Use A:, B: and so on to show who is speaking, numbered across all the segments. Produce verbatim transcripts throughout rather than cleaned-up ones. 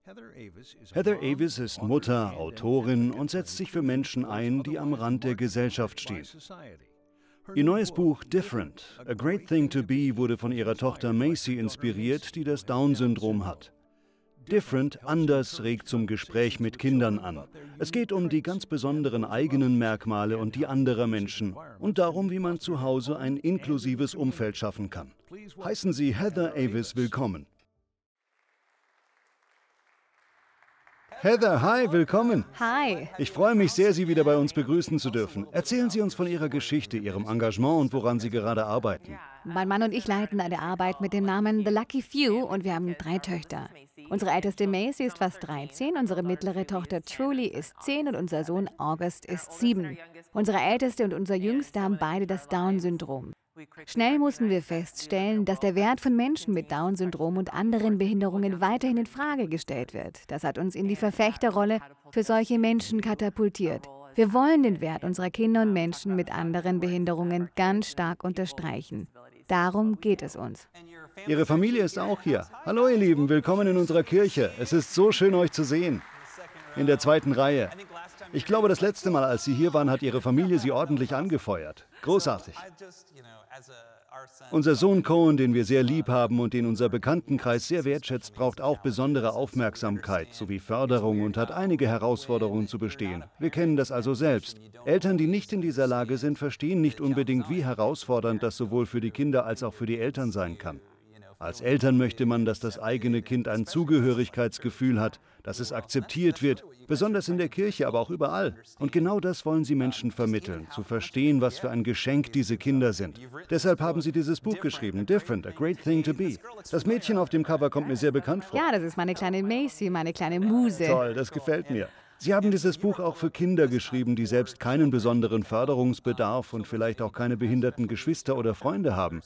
A: Heather Avis ist Mutter, Autorin und setzt sich für Menschen ein, die am Rand der Gesellschaft stehen. Ihr neues Buch Different, A Great Thing to Be wurde von ihrer Tochter Macy inspiriert, die das Down-Syndrom hat. Different, anders, regt zum Gespräch mit Kindern an. Es geht um die ganz besonderen eigenen Merkmale und die anderer Menschen und darum, wie man zu Hause ein inklusives Umfeld schaffen kann. Heißen Sie Heather Avis willkommen. Heather, hi, willkommen.
B: Hi.
A: Ich freue mich sehr, Sie wieder bei uns begrüßen zu dürfen. Erzählen Sie uns von Ihrer Geschichte, Ihrem Engagement und woran Sie gerade arbeiten.
B: Mein Mann und ich leiten eine Arbeit mit dem Namen The Lucky Few und wir haben drei Töchter. Unsere älteste Macy ist fast dreizehn, unsere mittlere Tochter Truly ist zehn und unser Sohn August ist sieben. Unsere älteste und unser jüngster haben beide das Down-Syndrom. Schnell mussten wir feststellen, dass der Wert von Menschen mit Down-Syndrom und anderen Behinderungen weiterhin in Frage gestellt wird. Das hat uns in die Verfechterrolle für solche Menschen katapultiert. Wir wollen den Wert unserer Kinder und Menschen mit anderen Behinderungen ganz stark unterstreichen. Darum geht es uns.
A: Ihre Familie ist auch hier. Hallo ihr Lieben, willkommen in unserer Kirche. Es ist so schön, euch zu sehen. In der zweiten Reihe. Ich glaube, das letzte Mal, als Sie hier waren, hat Ihre Familie Sie ordentlich angefeuert. Großartig. Unser Sohn Cohen, den wir sehr lieb haben und den unser Bekanntenkreis sehr wertschätzt, braucht auch besondere Aufmerksamkeit sowie Förderung und hat einige Herausforderungen zu bestehen. Wir kennen das also selbst. Eltern, die nicht in dieser Lage sind, verstehen nicht unbedingt, wie herausfordernd das sowohl für die Kinder als auch für die Eltern sein kann. Als Eltern möchte man, dass das eigene Kind ein Zugehörigkeitsgefühl hat, dass es akzeptiert wird, besonders in der Kirche, aber auch überall. Und genau das wollen Sie Menschen vermitteln, zu verstehen, was für ein Geschenk diese Kinder sind. Deshalb haben Sie dieses Buch geschrieben, Different, A Great Thing to Be. Das Mädchen auf dem Cover kommt mir sehr bekannt vor.
B: Ja, das ist meine kleine Macy, meine kleine Muse.
A: Toll, das gefällt mir. Sie haben dieses Buch auch für Kinder geschrieben, die selbst keinen besonderen Förderungsbedarf und vielleicht auch keine behinderten Geschwister oder Freunde haben.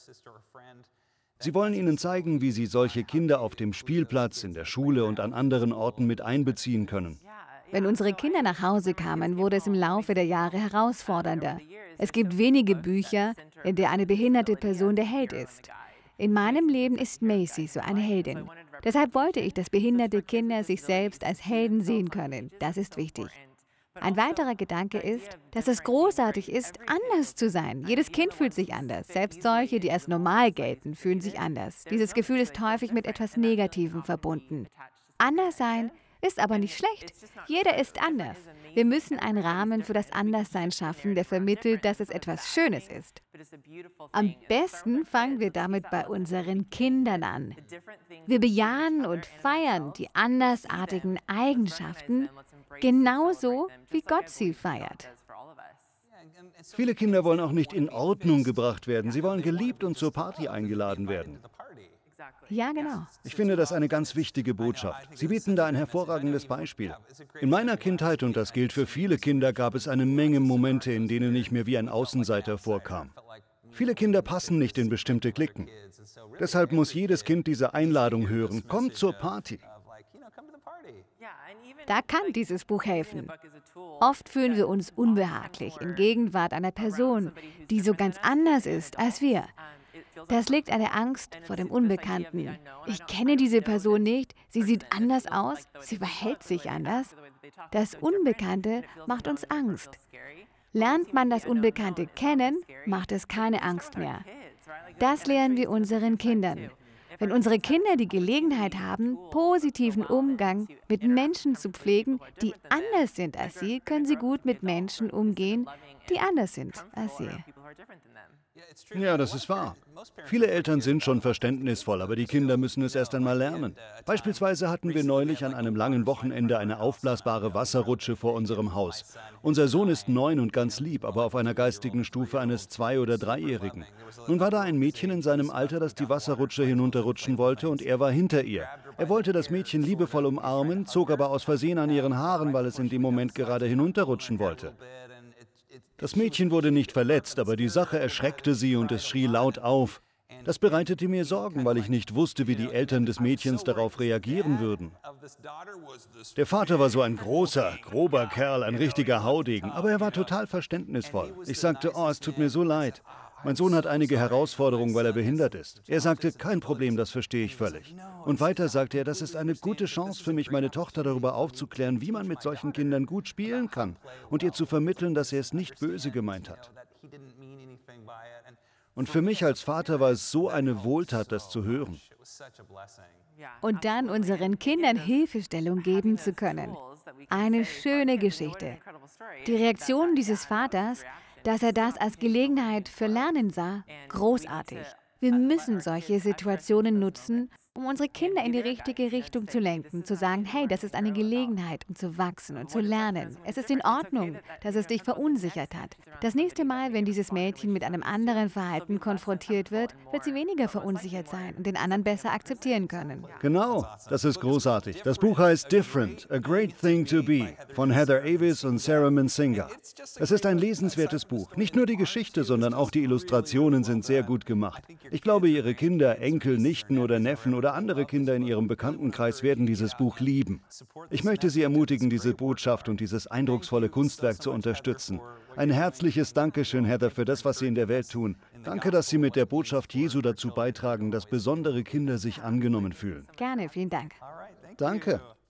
A: Sie wollen ihnen zeigen, wie sie solche Kinder auf dem Spielplatz, in der Schule und an anderen Orten mit einbeziehen können.
B: Wenn unsere Kinder nach Hause kamen, wurde es im Laufe der Jahre herausfordernder. Es gibt wenige Bücher, in der eine behinderte Person der Held ist. In meinem Leben ist Macy so eine Heldin. Deshalb wollte ich, dass behinderte Kinder sich selbst als Helden sehen können. Das ist wichtig. Ein weiterer Gedanke ist, dass es großartig ist, anders zu sein. Jedes Kind fühlt sich anders. Selbst solche, die als normal gelten, fühlen sich anders. Dieses Gefühl ist häufig mit etwas Negativem verbunden. Anders sein ist aber nicht schlecht. Jeder ist anders. Wir müssen einen Rahmen für das Anderssein schaffen, der vermittelt, dass es etwas Schönes ist. Am besten fangen wir damit bei unseren Kindern an. Wir bejahen und feiern die andersartigen Eigenschaften, genauso wie Gott sie feiert.
A: Viele Kinder wollen auch nicht in Ordnung gebracht werden. Sie wollen geliebt und zur Party eingeladen werden.
B: Ja, genau.
A: Ich finde das eine ganz wichtige Botschaft. Sie bieten da ein hervorragendes Beispiel. In meiner Kindheit, und das gilt für viele Kinder, gab es eine Menge Momente, in denen ich mir wie ein Außenseiter vorkam. Viele Kinder passen nicht in bestimmte Cliquen. Deshalb muss jedes Kind diese Einladung hören. Kommt zur Party.
B: Da kann dieses Buch helfen. Oft fühlen wir uns unbehaglich in Gegenwart einer Person, die so ganz anders ist als wir. Das liegt eine Angst vor dem Unbekannten. Ich kenne diese Person nicht, sie sieht anders aus, sie verhält sich anders. Das Unbekannte macht uns Angst. Lernt man das Unbekannte kennen, macht es keine Angst mehr. Das lehren wir unseren Kindern. Wenn unsere Kinder die Gelegenheit haben, positiven Umgang mit Menschen zu pflegen, die anders sind als sie, können sie gut mit Menschen umgehen, die anders sind als sie.
A: Ja, das ist wahr. Viele Eltern sind schon verständnisvoll, aber die Kinder müssen es erst einmal lernen. Beispielsweise hatten wir neulich an einem langen Wochenende eine aufblasbare Wasserrutsche vor unserem Haus. Unser Sohn ist neun und ganz lieb, aber auf einer geistigen Stufe eines Zwei- oder Dreijährigen. Nun war da ein Mädchen in seinem Alter, das die Wasserrutsche hinunterrutschen wollte, und er war hinter ihr. Er wollte das Mädchen liebevoll umarmen, zog aber aus Versehen an ihren Haaren, weil es in dem Moment gerade hinunterrutschen wollte. Das Mädchen wurde nicht verletzt, aber die Sache erschreckte sie und es schrie laut auf. Das bereitete mir Sorgen, weil ich nicht wusste, wie die Eltern des Mädchens darauf reagieren würden. Der Vater war so ein großer, grober Kerl, ein richtiger Haudegen, aber er war total verständnisvoll. Ich sagte, oh, es tut mir so leid. Mein Sohn hat einige Herausforderungen, weil er behindert ist. Er sagte, kein Problem, das verstehe ich völlig. Und weiter sagte er, das ist eine gute Chance für mich, meine Tochter darüber aufzuklären, wie man mit solchen Kindern gut spielen kann und ihr zu vermitteln, dass er es nicht böse gemeint hat. Und für mich als Vater war es so eine Wohltat, das zu hören.
B: Und dann unseren Kindern Hilfestellung geben zu können. Eine schöne Geschichte. Die Reaktion dieses Vaters, dass er das als Gelegenheit für Lernen sah, großartig. Wir müssen solche Situationen nutzen, um unsere Kinder in die richtige Richtung zu lenken, zu sagen, hey, das ist eine Gelegenheit, um zu wachsen und zu lernen. Es ist in Ordnung, dass es dich verunsichert hat. Das nächste Mal, wenn dieses Mädchen mit einem anderen Verhalten konfrontiert wird, wird sie weniger verunsichert sein und den anderen besser akzeptieren können.
A: Genau, das ist großartig. Das Buch heißt Different, A Great Thing to Be von Heather Avis und Sarah Mansinga. Es ist ein lesenswertes Buch. Nicht nur die Geschichte, sondern auch die Illustrationen sind sehr gut gemacht. Ich glaube, Ihre Kinder, Enkel, Nichten oder Neffen oder andere Kinder in Ihrem Bekanntenkreis werden dieses Buch lieben. Ich möchte Sie ermutigen, diese Botschaft und dieses eindrucksvolle Kunstwerk zu unterstützen. Ein herzliches Dankeschön, Heather, für das, was Sie in der Welt tun. Danke, dass Sie mit der Botschaft Jesu dazu beitragen, dass besondere Kinder sich angenommen fühlen.
B: Gerne, vielen Dank.
A: Danke.